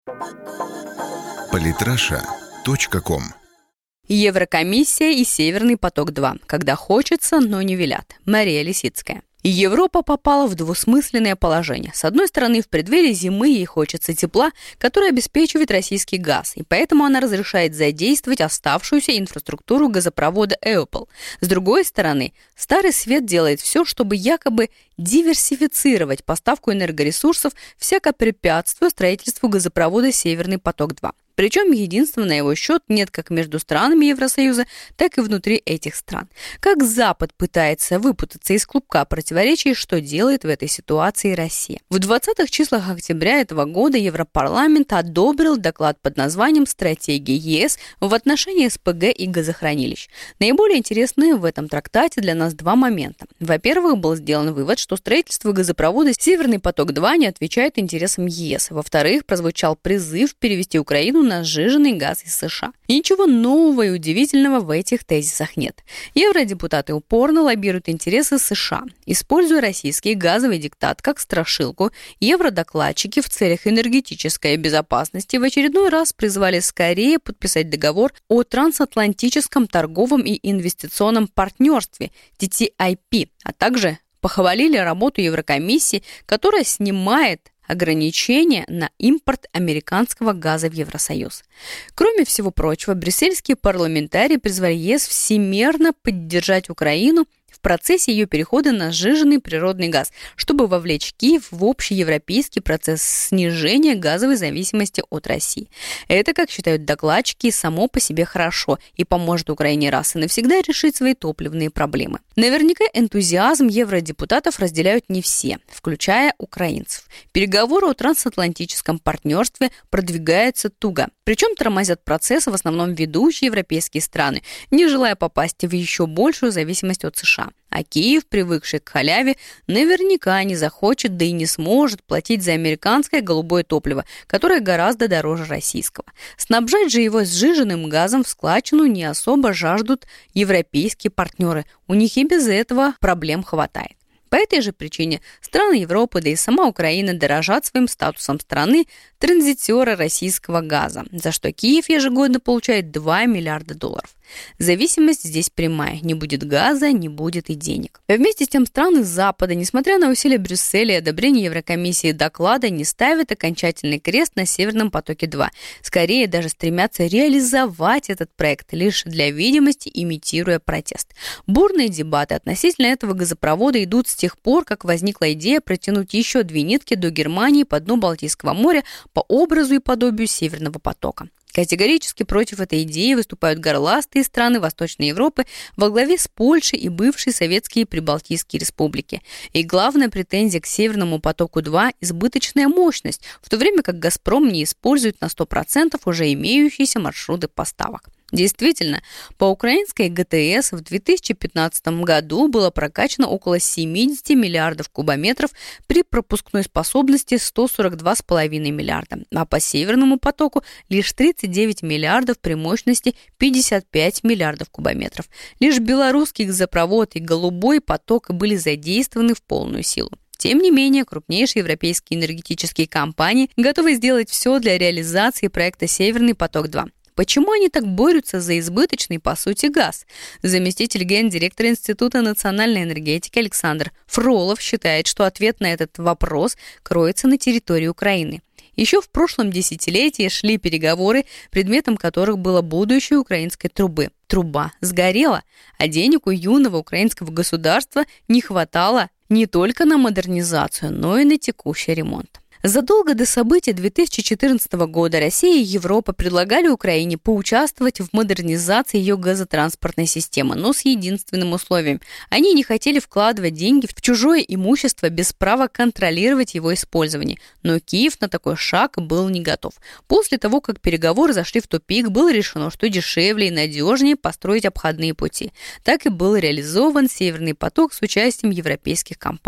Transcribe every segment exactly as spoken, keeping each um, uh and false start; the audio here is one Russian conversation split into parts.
политраша точка ком. Еврокомиссия и Северный поток-два. Когда хочется, но не велят. Мария Лисицкая. Европа попала в двусмысленное положение. С одной стороны, в преддверии зимы ей хочется тепла, которое обеспечивает российский газ, и поэтому она разрешает задействовать оставшуюся инфраструктуру газопровода «Эопл». С другой стороны, Старый Свет делает все, чтобы якобы диверсифицировать поставку энергоресурсов, всяко препятствуя строительству газопровода «Северный поток-два». Причем единства на его счет нет как между странами Евросоюза, так и внутри этих стран. Как Запад пытается выпутаться из клубка противоречий, что делает в этой ситуации Россия. В двадцатых числах октября этого года Европарламент одобрил доклад под названием «Стратегия ЕС в отношении СПГ и газохранилищ». Наиболее интересные в этом трактате для нас два момента. Во-первых, был сделан вывод, что строительство газопровода «Северный поток-два» не отвечает интересам ЕС. Во-вторых, прозвучал призыв перевести Украину на сжиженный газ из США. И ничего нового и удивительного в этих тезисах нет. Евродепутаты упорно лоббируют интересы США. Используя российский газовый диктат как страшилку, евродокладчики в целях энергетической безопасности в очередной раз призвали скорее подписать договор о трансатлантическом торговом и инвестиционном партнерстве ти ти ай пи, а также похвалили работу Еврокомиссии, которая снимает ограничения на импорт американского газа в Евросоюз. Кроме всего прочего, брюссельские парламентарии призвали ЕС всемерно поддержать Украину в процессе ее перехода на сжиженный природный газ, чтобы вовлечь Киев в общеевропейский процесс снижения газовой зависимости от России. Это, как считают докладчики, само по себе хорошо и поможет Украине раз и навсегда решить свои топливные проблемы. Наверняка энтузиазм евродепутатов разделяют не все, включая украинцев. Переговоры о трансатлантическом партнерстве продвигаются туго. Причем тормозят процесс в основном ведущие европейские страны, не желая попасть в еще большую зависимость от США. А Киев, привыкший к халяве, наверняка не захочет, да и не сможет платить за американское голубое топливо, которое гораздо дороже российского. Снабжать же его сжиженным газом в складчину не особо жаждут европейские партнеры. У них и без этого проблем хватает. По этой же причине страны Европы, да и сама Украина дорожат своим статусом страны транзитера российского газа, за что Киев ежегодно получает два миллиарда долларов. Зависимость здесь прямая. Не будет газа, не будет и денег. Вместе с тем страны Запада, несмотря на усилия Брюсселя и одобрение Еврокомиссии доклада, не ставят окончательный крест на Северном потоке-два. Скорее даже стремятся реализовать этот проект лишь для видимости, имитируя протест. Бурные дебаты относительно этого газопровода идут с тех пор, как возникла идея протянуть еще две нитки до Германии по дну Балтийского моря по образу и подобию Северного потока. Категорически против этой идеи выступают горластые страны Восточной Европы во главе с Польшей и бывшие советские прибалтийские республики. И главная претензия к Северному потоку-два – избыточная мощность, в то время как «Газпром» не использует на сто процентов уже имеющиеся маршруты поставок. Действительно, по украинской ГТС в две тысячи пятнадцатом году было прокачано около семьдесят миллиардов кубометров при пропускной способности сто сорок два целых пять десятых миллиарда, а по Северному потоку лишь тридцать девять миллиардов при мощности пятьдесят пять миллиардов кубометров. Лишь белорусский газопровод и голубой поток были задействованы в полную силу. Тем не менее, крупнейшие европейские энергетические компании готовы сделать все для реализации проекта «Северный поток-два». Почему они так борются за избыточный, по сути, газ? Заместитель гендиректора Института национальной энергетики Александр Фролов считает, что ответ на этот вопрос кроется на территории Украины. Еще в прошлом десятилетии шли переговоры, предметом которых было будущее украинской трубы. Труба сгорела, а денег у юного украинского государства не хватало не только на модернизацию, но и на текущий ремонт. Задолго до событий две тысячи четырнадцатого года Россия и Европа предлагали Украине поучаствовать в модернизации ее газотранспортной системы, но с единственным условием. Они не хотели вкладывать деньги в чужое имущество без права контролировать его использование. Но Киев на такой шаг был не готов. После того, как переговоры зашли в тупик, было решено, что дешевле и надежнее построить обходные пути. Так и был реализован Северный поток с участием европейских компаний.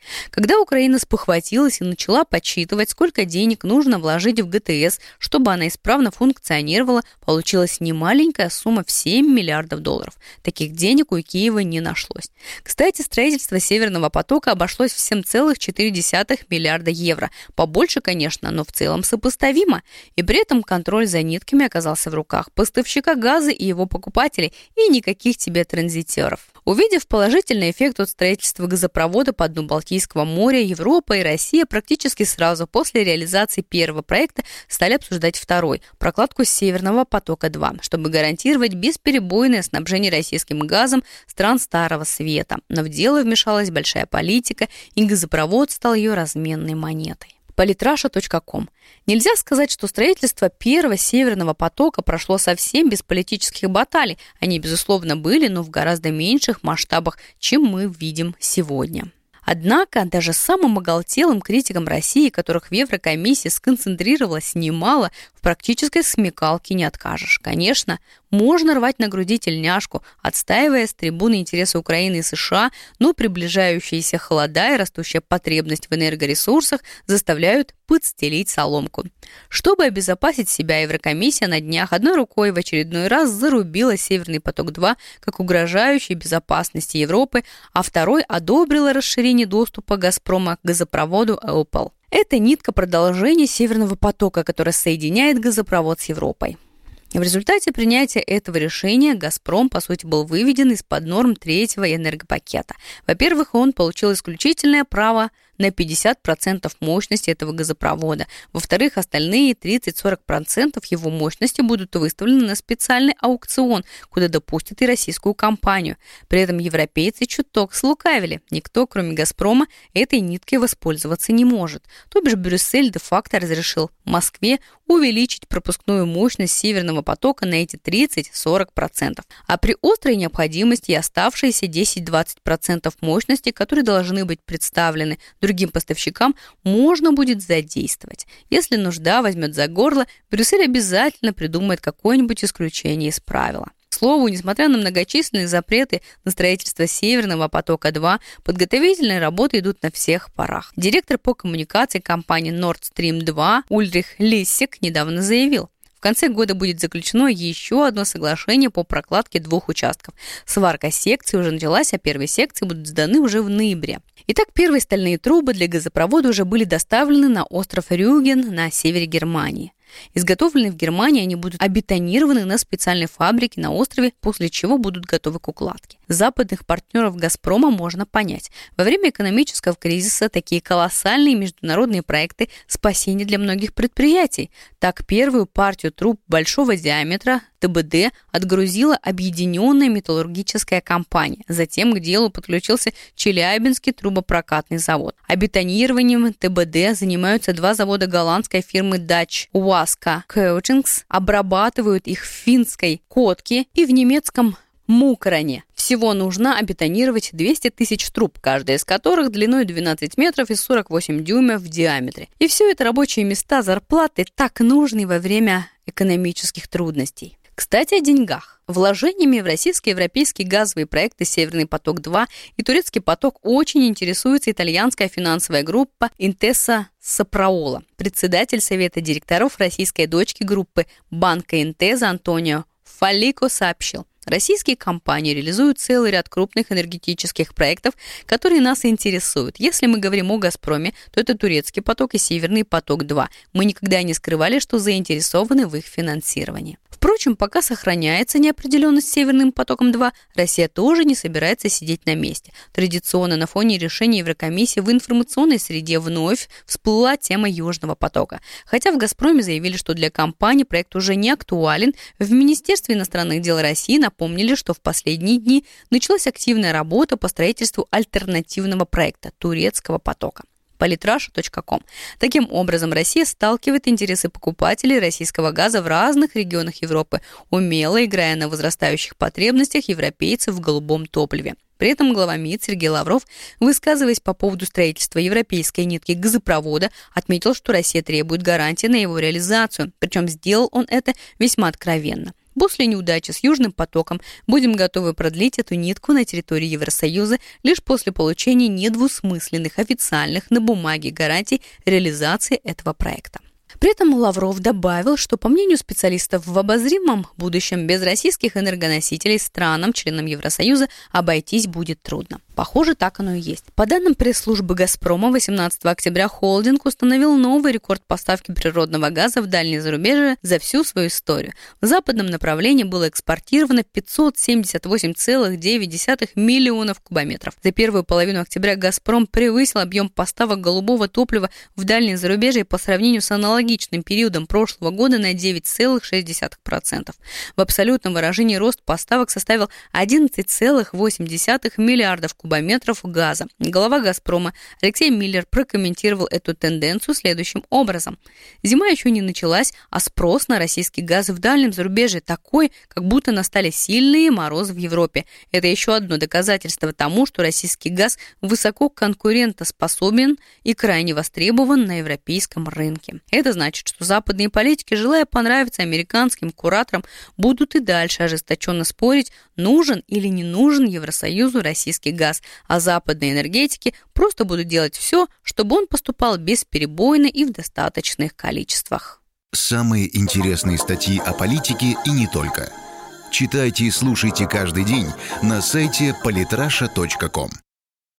Когда Украина спохватилась и начала подсчитывать, сколько денег нужно вложить в ГТС, чтобы она исправно функционировала, получилась немаленькая сумма в семь миллиардов долларов. Таких денег у Киева не нашлось. Кстати, строительство Северного потока обошлось в семь целых четыре десятых миллиарда евро. Побольше, конечно, но в целом сопоставимо. И при этом контроль за нитками оказался в руках поставщика газа и его покупателей, и никаких тебе транзитеров. Увидев положительный эффект от строительства газопровода по дну Балтийского моря, Европа и Россия практически сразу после реализации первого проекта стали обсуждать второй – прокладку Северного потока-два, чтобы гарантировать бесперебойное снабжение российским газом стран Старого Света. Но в дело вмешалась большая политика, и газопровод стал ее разменной монетой. политраша точка ком. Нельзя сказать, что строительство первого Северного потока прошло совсем без политических баталий. Они, безусловно, были, но в гораздо меньших масштабах, чем мы видим сегодня. Однако даже самым оголтелым критикам России, которых в Еврокомиссии сконцентрировалось немало, в практической смекалке не откажешь. Конечно, можно рвать на груди тельняшку, отстаивая с трибуны интересы Украины и США, но приближающиеся холода и растущая потребность в энергоресурсах заставляют подстелить соломку. Чтобы обезопасить себя, Еврокомиссия на днях одной рукой в очередной раз зарубила Северный поток-два как угрожающий безопасности Европы, а второй одобрила расширение доступа «Газпрома» к газопроводу «Опал». Это нитка продолжения Северного потока, которая соединяет газопровод с Европой. В результате принятия этого решения «Газпром», по сути, был выведен из-под норм третьего энергопакета. Во-первых, он получил исключительное право на пятьдесят процентов мощности этого газопровода. Во-вторых, остальные тридцать-сорок процентов его мощности будут выставлены на специальный аукцион, куда допустят и российскую компанию. При этом европейцы чуток слукавили. Никто, кроме «Газпрома», этой ниткой воспользоваться не может. То бишь Брюссель де-факто разрешил Москве увеличить пропускную мощность Северного потока на эти тридцать-сорок процентов. А при острой необходимости и оставшиеся десять-двадцать процентов мощности, которые должны быть представлены другим поставщикам, можно будет задействовать. Если нужда возьмет за горло, Брюссель обязательно придумает какое-нибудь исключение из правила. К слову, несмотря на многочисленные запреты на строительство Северного потока-два, подготовительные работы идут на всех парах. Директор по коммуникации компании Nord Stream два Ульрих Лиссек недавно заявил: в конце года будет заключено еще одно соглашение по прокладке двух участков. Сварка секций уже началась, а первые секции будут сданы уже в ноябре. Итак, первые стальные трубы для газопровода уже были доставлены на остров Рюген на севере Германии. Изготовленные в Германии, они будут обетонированы на специальной фабрике на острове, после чего будут готовы к укладке. Западных партнеров «Газпрома» можно понять. Во время экономического кризиса такие колоссальные международные проекты – спасение для многих предприятий. Так, первую партию труб большого диаметра Тэ Бэ Дэ отгрузила Объединенная металлургическая компания. Затем к делу подключился Челябинский трубопрокатный завод. А бетонированием Тэ Бэ Дэ занимаются два завода голландской фирмы Dutch Waska Coatings, обрабатывают их в финской Котке и в немецком Мукроне. Всего нужно обетонировать двести тысяч труб, каждая из которых длиной двенадцать метров и сорок восемь дюймов в диаметре. И все это рабочие места, зарплаты, так нужные во время экономических трудностей. Кстати, о деньгах. Вложениями в российско-европейские газовые проекты «Северный поток-два» и «Турецкий поток» очень интересуется итальянская финансовая группа Intesa Sanpaolo. Председатель совета директоров российской дочки группы банка Intesa Антонио Фаллико сообщил: российские компании реализуют целый ряд крупных энергетических проектов, которые нас интересуют. Если мы говорим о «Газпроме», то это «Турецкий поток» и «Северный поток-два». Мы никогда не скрывали, что заинтересованы в их финансировании. Впрочем, пока сохраняется неопределенность с Северным потоком-два, Россия тоже не собирается сидеть на месте. Традиционно на фоне решения Еврокомиссии в информационной среде вновь всплыла тема Южного потока. Хотя в «Газпроме» заявили, что для компании проект уже не актуален, в Министерстве иностранных дел России напомнили, что в последние дни началась активная работа по строительству альтернативного проекта «Турецкого потока». политраша точка ком. Таким образом, Россия сталкивает интересы покупателей российского газа в разных регионах Европы, умело играя на возрастающих потребностях европейцев в голубом топливе. При этом глава МИД Сергей Лавров, высказываясь по поводу строительства европейской нитки газопровода, отметил, что Россия требует гарантии на его реализацию, причем сделал он это весьма откровенно. После неудачи с Южным потоком будем готовы продлить эту нитку на территории Евросоюза лишь после получения недвусмысленных, официальных на бумаге гарантий реализации этого проекта. При этом Лавров добавил, что, по мнению специалистов, в обозримом будущем без российских энергоносителей странам, членам Евросоюза, обойтись будет трудно. Похоже, так оно и есть. По данным пресс-службы «Газпрома», восемнадцатого октября холдинг установил новый рекорд поставки природного газа в дальние зарубежья за всю свою историю. В западном направлении было экспортировано пятьсот семьдесят восемь целых девять десятых миллионов кубометров. За первую половину октября «Газпром» превысил объем поставок голубого топлива в дальние зарубежья по сравнению с аналогичным периодом прошлого года на девять целых шесть десятых процента. В абсолютном выражении рост поставок составил одиннадцать целых восемь десятых миллиардов кубометров. кубометров газа. Глава «Газпрома» Алексей Миллер прокомментировал эту тенденцию следующим образом. Зима еще не началась, а спрос на российский газ в дальнем зарубежье такой, как будто настали сильные морозы в Европе. Это еще одно доказательство тому, что российский газ высоко конкурентоспособен и крайне востребован на европейском рынке. Это значит, что западные политики, желая понравиться американским кураторам, будут и дальше ожесточенно спорить, нужен или не нужен Евросоюзу российский газ, а западные энергетики просто будут делать все, чтобы он поступал бесперебойно и в достаточных количествах. Самые интересные статьи о политике и не только. Читайте и слушайте каждый день на сайте политраша точка ком.